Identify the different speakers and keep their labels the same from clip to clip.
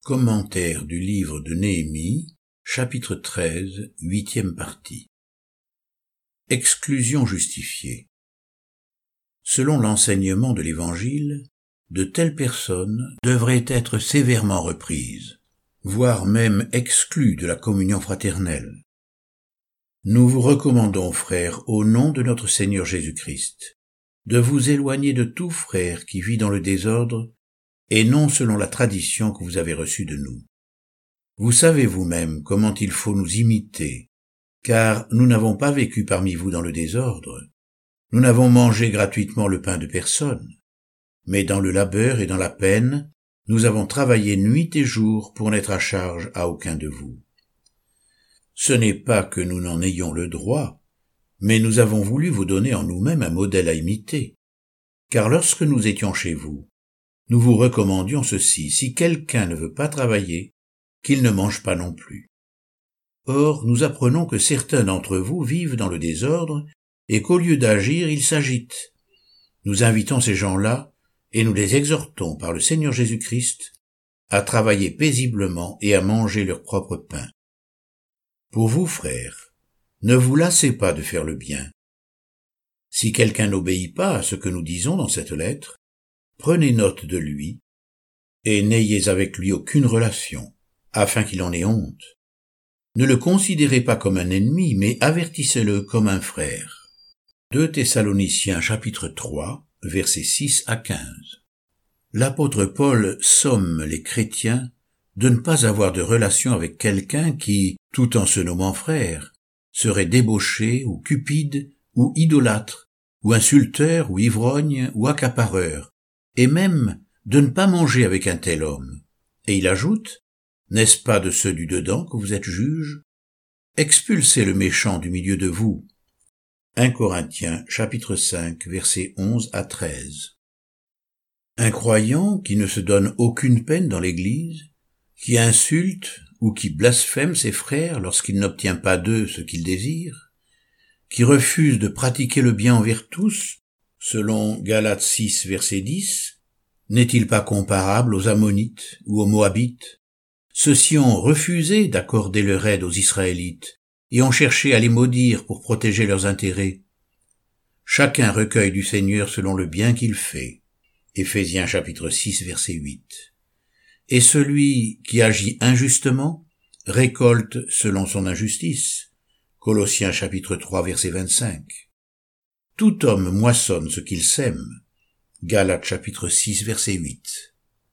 Speaker 1: Commentaire du livre de Néhémie, chapitre 13, 8e partie. Exclusion justifiée. Selon l'enseignement de l'Évangile, de telles personnes devraient être sévèrement reprises, voire même exclues de la communion fraternelle. Nous vous recommandons, frères, au nom de notre Seigneur Jésus-Christ, de vous éloigner de tout frère qui vit dans le désordre et non selon la tradition que vous avez reçue de nous. Vous savez vous-même comment il faut nous imiter, car nous n'avons pas vécu parmi vous dans le désordre. Nous n'avons mangé gratuitement le pain de personne, mais dans le labeur et dans la peine, nous avons travaillé nuit et jour pour n'être à charge à aucun de vous. Ce n'est pas que nous n'en ayons le droit, mais nous avons voulu vous donner en nous-mêmes un modèle à imiter, car lorsque nous étions chez vous, nous vous recommandions ceci: si quelqu'un ne veut pas travailler, qu'il ne mange pas non plus. Or, nous apprenons que certains d'entre vous vivent dans le désordre et qu'au lieu d'agir, ils s'agitent. Nous invitons ces gens-là et nous les exhortons par le Seigneur Jésus-Christ à travailler paisiblement et à manger leur propre pain. Pour vous, frères, ne vous lassez pas de faire le bien. Si quelqu'un n'obéit pas à ce que nous disons dans cette lettre, prenez note de lui, et n'ayez avec lui aucune relation, afin qu'il en ait honte. Ne le considérez pas comme un ennemi, mais avertissez-le comme un frère. 2 Thessaloniciens chapitre 3, versets 6 à 15. L'apôtre Paul somme les chrétiens de ne pas avoir de relation avec quelqu'un qui, tout en se nommant frère, serait débauché ou cupide ou idolâtre, ou insulteur ou ivrogne ou accapareur, et même de ne pas manger avec un tel homme. Et il ajoute: n'est-ce pas de ceux du dedans que vous êtes juges? Expulsez le méchant du milieu de vous. 1 Corinthiens chapitre 5 versets 11 à 13. Un croyant qui ne se donne aucune peine dans l'Église, qui insulte ou qui blasphème ses frères lorsqu'il n'obtient pas d'eux ce qu'il désire, qui refuse de pratiquer le bien envers tous, selon Galates 6 verset 10, n'est-il pas comparable aux Ammonites ou aux Moabites? Ceux-ci ont refusé d'accorder leur aide aux Israélites et ont cherché à les maudire pour protéger leurs intérêts. Chacun recueille du Seigneur selon le bien qu'il fait. Éphésiens chapitre 6 verset 8. Et celui qui agit injustement récolte selon son injustice. Colossiens chapitre 3 verset 25. Tout homme moissonne ce qu'il sème. Galates chapitre 6 verset 8.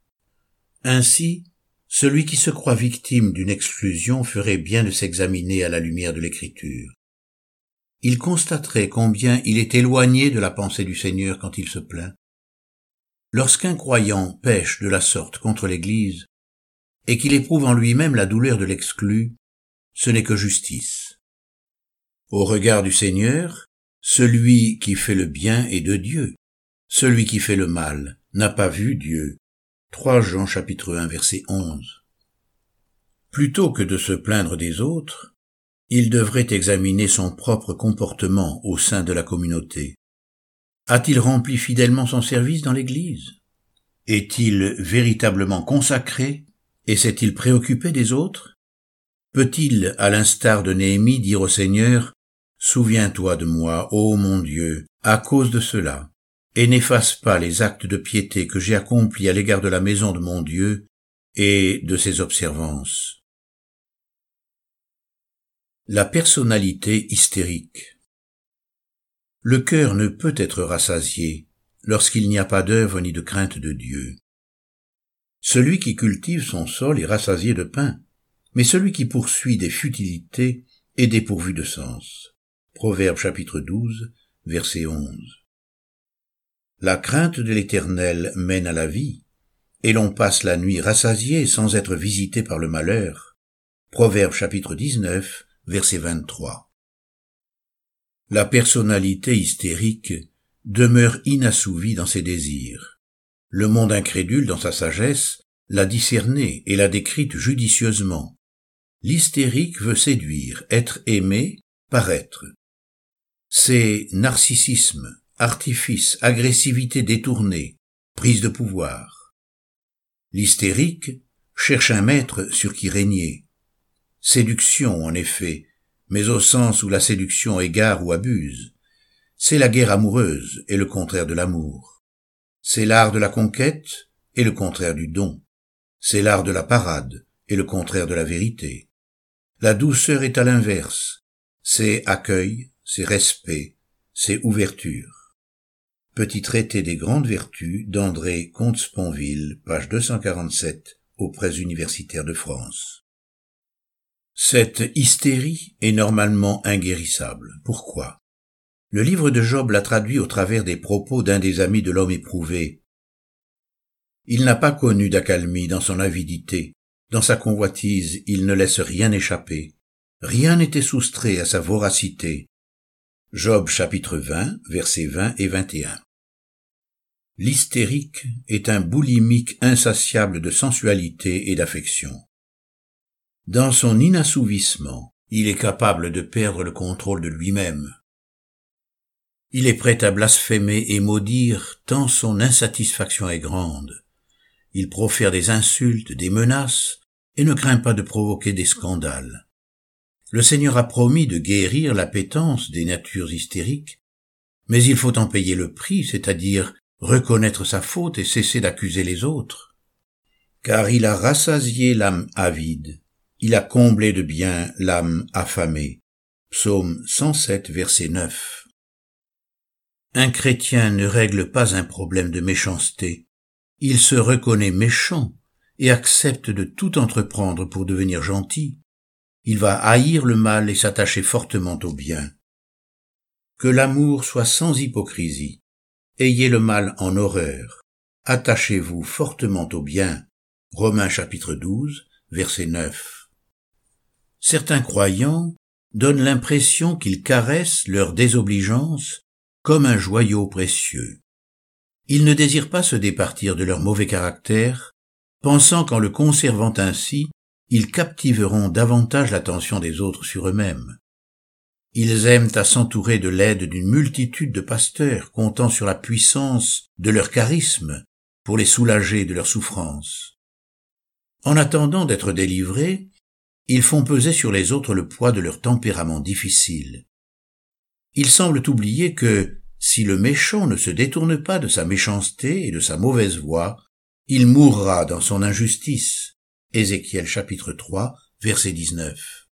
Speaker 1: Ainsi, celui qui se croit victime d'une exclusion ferait bien de s'examiner à la lumière de l'Écriture. Il constaterait combien il est éloigné de la pensée du Seigneur quand il se plaint. Lorsqu'un croyant pêche de la sorte contre l'Église, et qu'il éprouve en lui-même la douleur de l'exclu, ce n'est que justice. Au regard du Seigneur, celui qui fait le bien est de Dieu. Celui qui fait le mal n'a pas vu Dieu. 3 Jean chapitre 1 verset 11. Plutôt que de se plaindre des autres, il devrait examiner son propre comportement au sein de la communauté. A-t-il rempli fidèlement son service dans l'Église? Est-il véritablement consacré et s'est-il préoccupé des autres? Peut-il, à l'instar de Néhémie, dire au Seigneur: « Souviens-toi de moi, ô mon Dieu, à cause de cela, et n'efface pas les actes de piété que j'ai accomplis à l'égard de la maison de mon Dieu et de ses observances. » La personnalité hystérique. Le cœur ne peut être rassasié lorsqu'il n'y a pas d'œuvre ni de crainte de Dieu. Celui qui cultive son sol est rassasié de pain, mais celui qui poursuit des futilités est dépourvu de sens. Proverbe chapitre 12, verset 11. La crainte de l'Éternel mène à la vie, et l'on passe la nuit rassasié sans être visité par le malheur. Proverbe chapitre 19, verset 23. La personnalité hystérique demeure inassouvie dans ses désirs. Le monde incrédule, dans sa sagesse, l'a discernée et l'a décrite judicieusement. L'hystérique veut séduire, être aimé, paraître. C'est narcissisme, artifice, agressivité détournée, prise de pouvoir. L'hystérique cherche un maître sur qui régner. Séduction, en effet, mais au sens où la séduction égare ou abuse. C'est la guerre amoureuse et le contraire de l'amour. C'est l'art de la conquête et le contraire du don. C'est l'art de la parade et le contraire de la vérité. La douceur est à l'inverse. C'est accueil, c'est respect, c'est ouverture. Petit traité des grandes vertus d'André Comte-Sponville, page 247, aux Presses universitaires de France. Cette hystérie est normalement inguérissable. Pourquoi ? Le livre de Job l'a traduit au travers des propos d'un des amis de l'homme éprouvé. Il n'a pas connu d'accalmie dans son avidité. Dans sa convoitise, il ne laisse rien échapper. Rien n'était soustrait à sa voracité. Job chapitre 20, versets 20 et 21. L'hystérique est un boulimique insatiable de sensualité et d'affection. Dans son inassouvissement, il est capable de perdre le contrôle de lui-même. Il est prêt à blasphémer et maudire tant son insatisfaction est grande. Il profère des insultes, des menaces, et ne craint pas de provoquer des scandales. Le Seigneur a promis de guérir l'appétence des natures hystériques, mais il faut en payer le prix, c'est-à-dire reconnaître sa faute et cesser d'accuser les autres. Car il a rassasié l'âme avide, il a comblé de bien l'âme affamée. Psaume 107, verset 9. Un chrétien ne règle pas un problème de méchanceté. Il se reconnaît méchant et accepte de tout entreprendre pour devenir gentil. Il va haïr le mal et s'attacher fortement au bien. Que l'amour soit sans hypocrisie. Ayez le mal en horreur. Attachez-vous fortement au bien. Romains chapitre 12, verset 9. Certains croyants donnent l'impression qu'ils caressent leur désobligeance comme un joyau précieux. Ils ne désirent pas se départir de leur mauvais caractère, pensant qu'en le conservant ainsi, ils captiveront davantage l'attention des autres sur eux-mêmes. Ils aiment à s'entourer de l'aide d'une multitude de pasteurs comptant sur la puissance de leur charisme pour les soulager de leurs souffrances. En attendant d'être délivrés, ils font peser sur les autres le poids de leur tempérament difficile. Ils semblent oublier que, si le méchant ne se détourne pas de sa méchanceté et de sa mauvaise voie, il mourra dans son injustice. Ézéchiel chapitre 3, verset 19.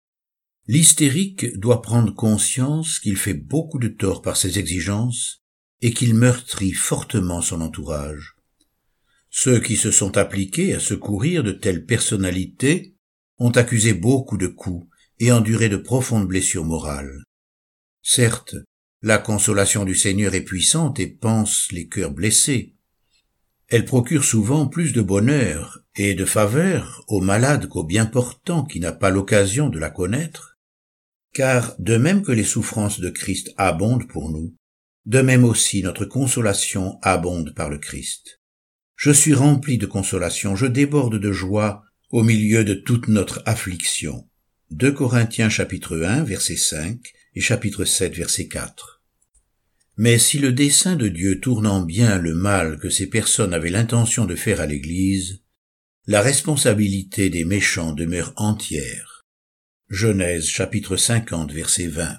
Speaker 1: L'hystérique doit prendre conscience qu'il fait beaucoup de tort par ses exigences et qu'il meurtrit fortement son entourage. Ceux qui se sont appliqués à secourir de telles personnalités ont accusé beaucoup de coups et enduré de profondes blessures morales. Certes, la consolation du Seigneur est puissante et panse les cœurs blessés. Elle procure souvent plus de bonheur et de faveur aux malades qu'aux bien portants qui n'a pas l'occasion de la connaître, car de même que les souffrances de Christ abondent pour nous, de même aussi notre consolation abonde par le Christ. Je suis rempli de consolation, je déborde de joie au milieu de toute notre affliction. 2 Corinthiens chapitre 1 verset 5 et chapitre 7 verset 4. Mais si le dessein de Dieu tourne en bien le mal que ces personnes avaient l'intention de faire à l'Église, la responsabilité des méchants demeure entière. Genèse chapitre 50 verset 20.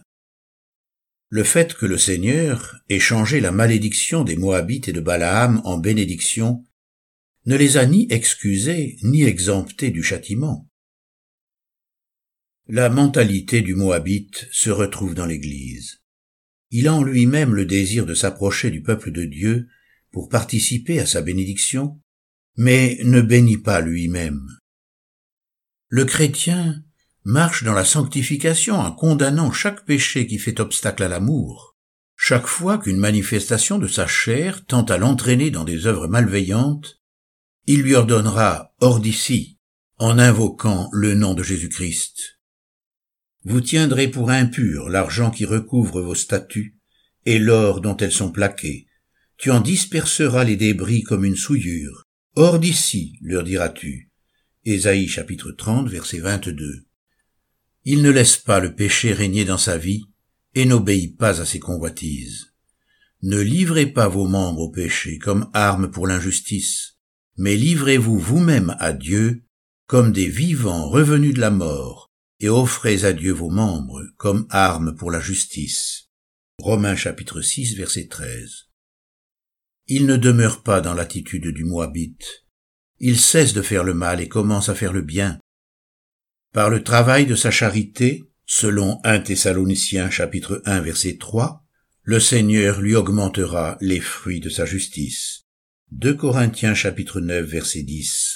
Speaker 1: Le fait que le Seigneur ait changé la malédiction des Moabites et de Balaam en bénédiction ne les a ni excusés ni exemptés du châtiment. La mentalité du Moabite se retrouve dans l'Église. Il a en lui-même le désir de s'approcher du peuple de Dieu pour participer à sa bénédiction, mais ne bénit pas lui-même. Le chrétien marche dans la sanctification en condamnant chaque péché qui fait obstacle à l'amour. Chaque fois qu'une manifestation de sa chair tend à l'entraîner dans des œuvres malveillantes, il lui ordonnera « hors d'ici » en invoquant le nom de Jésus-Christ. Vous tiendrez pour impur l'argent qui recouvre vos statues et l'or dont elles sont plaquées. Tu en disperseras les débris comme une souillure. Hors d'ici, leur diras-tu. Ésaïe chapitre 30, verset 22. Il ne laisse pas le péché régner dans sa vie et n'obéit pas à ses convoitises. Ne livrez pas vos membres au péché comme arme pour l'injustice, mais livrez-vous vous-même à Dieu comme des vivants revenus de la mort, et offrez à Dieu vos membres comme armes pour la justice. Romains chapitre 6, verset 13. Il ne demeure pas dans l'attitude du Moabite. Il cesse de faire le mal et commence à faire le bien. Par le travail de sa charité, selon 1 Thessaloniciens chapitre 1, verset 3, le Seigneur lui augmentera les fruits de sa justice. 2 Corinthiens chapitre 9, verset 10.